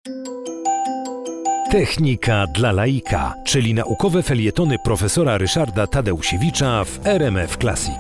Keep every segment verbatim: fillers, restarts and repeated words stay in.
Technika dla laika, czyli naukowe felietony profesora Ryszarda Tadeusiewicza w R M F Classic.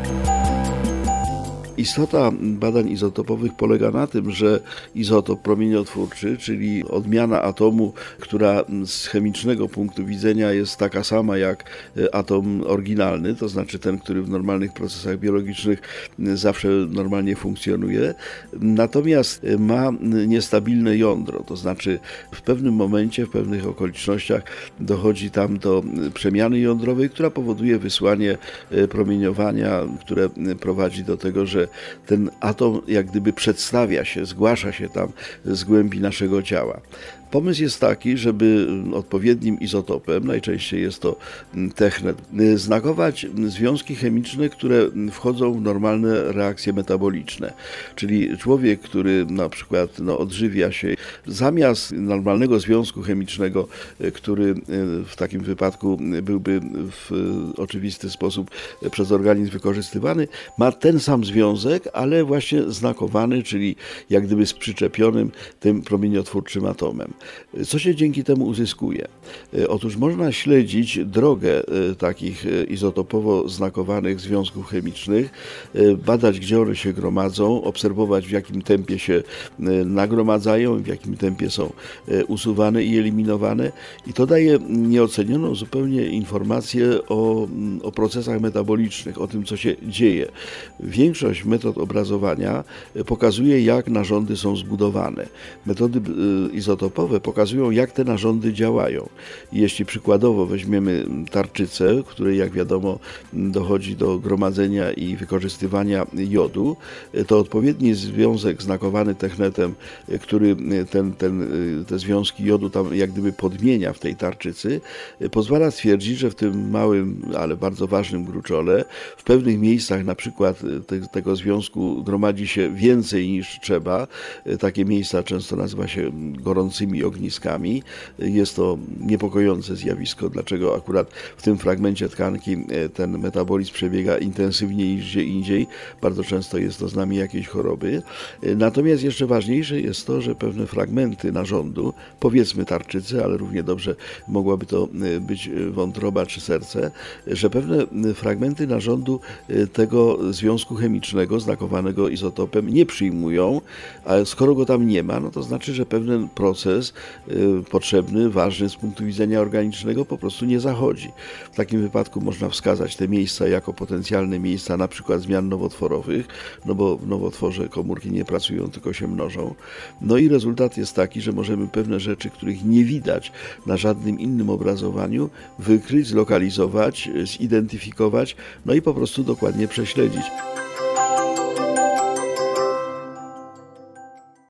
Istota badań izotopowych polega na tym, że izotop promieniotwórczy, czyli odmiana atomu, która z chemicznego punktu widzenia jest taka sama jak atom oryginalny, to znaczy ten, który w normalnych procesach biologicznych zawsze normalnie funkcjonuje, natomiast ma niestabilne jądro, to znaczy w pewnym momencie, w pewnych okolicznościach dochodzi tam do przemiany jądrowej, która powoduje wysłanie promieniowania, które prowadzi do tego, że ten atom jak gdyby przedstawia się, zgłasza się tam z głębi naszego ciała. Pomysł jest taki, żeby odpowiednim izotopem, najczęściej jest to technet, znakować związki chemiczne, które wchodzą w normalne reakcje metaboliczne. Czyli człowiek, który na przykład no, odżywia się, zamiast normalnego związku chemicznego, który w takim wypadku byłby w oczywisty sposób przez organizm wykorzystywany, ma ten sam związek, ale właśnie znakowany, czyli jak gdyby z przyczepionym tym promieniotwórczym atomem. Co się dzięki temu uzyskuje? Otóż można śledzić drogę takich izotopowo znakowanych związków chemicznych, badać, gdzie one się gromadzą, obserwować, w jakim tempie się nagromadzają, w jakim tempie są usuwane i eliminowane. I to daje nieocenioną zupełnie informację o, o procesach metabolicznych, o tym, co się dzieje. Większość metod obrazowania pokazuje, jak narządy są zbudowane. Metody izotopowe pokazują, jak te narządy działają. Jeśli przykładowo weźmiemy tarczycę, w której, jak wiadomo, dochodzi do gromadzenia i wykorzystywania jodu, to odpowiedni związek znakowany technetem, który ten, ten, te związki jodu tam jak gdyby podmienia w tej tarczycy, pozwala stwierdzić, że w tym małym, ale bardzo ważnym gruczole w pewnych miejscach na przykład te, tego związku gromadzi się więcej niż trzeba. Takie miejsca często nazywa się gorącymi ogniskami. Jest to niepokojące zjawisko, dlaczego akurat w tym fragmencie tkanki ten metabolizm przebiega intensywniej niż gdzie indziej. Bardzo często jest to znamie jakiejś choroby. Natomiast jeszcze ważniejsze jest to, że pewne fragmenty narządu, powiedzmy tarczycy, ale równie dobrze mogłaby to być wątroba czy serce, że pewne fragmenty narządu tego związku chemicznego znakowanego izotopem nie przyjmują, a skoro go tam nie ma, no to znaczy, że pewien proces y, potrzebny, ważny z punktu widzenia organicznego po prostu nie zachodzi. W takim wypadku można wskazać te miejsca jako potencjalne miejsca na przykład zmian nowotworowych, no bo w nowotworze komórki nie pracują, tylko się mnożą. No i rezultat jest taki, że możemy pewne rzeczy, których nie widać na żadnym innym obrazowaniu, wykryć, zlokalizować, zidentyfikować, no i po prostu dokładnie prześledzić.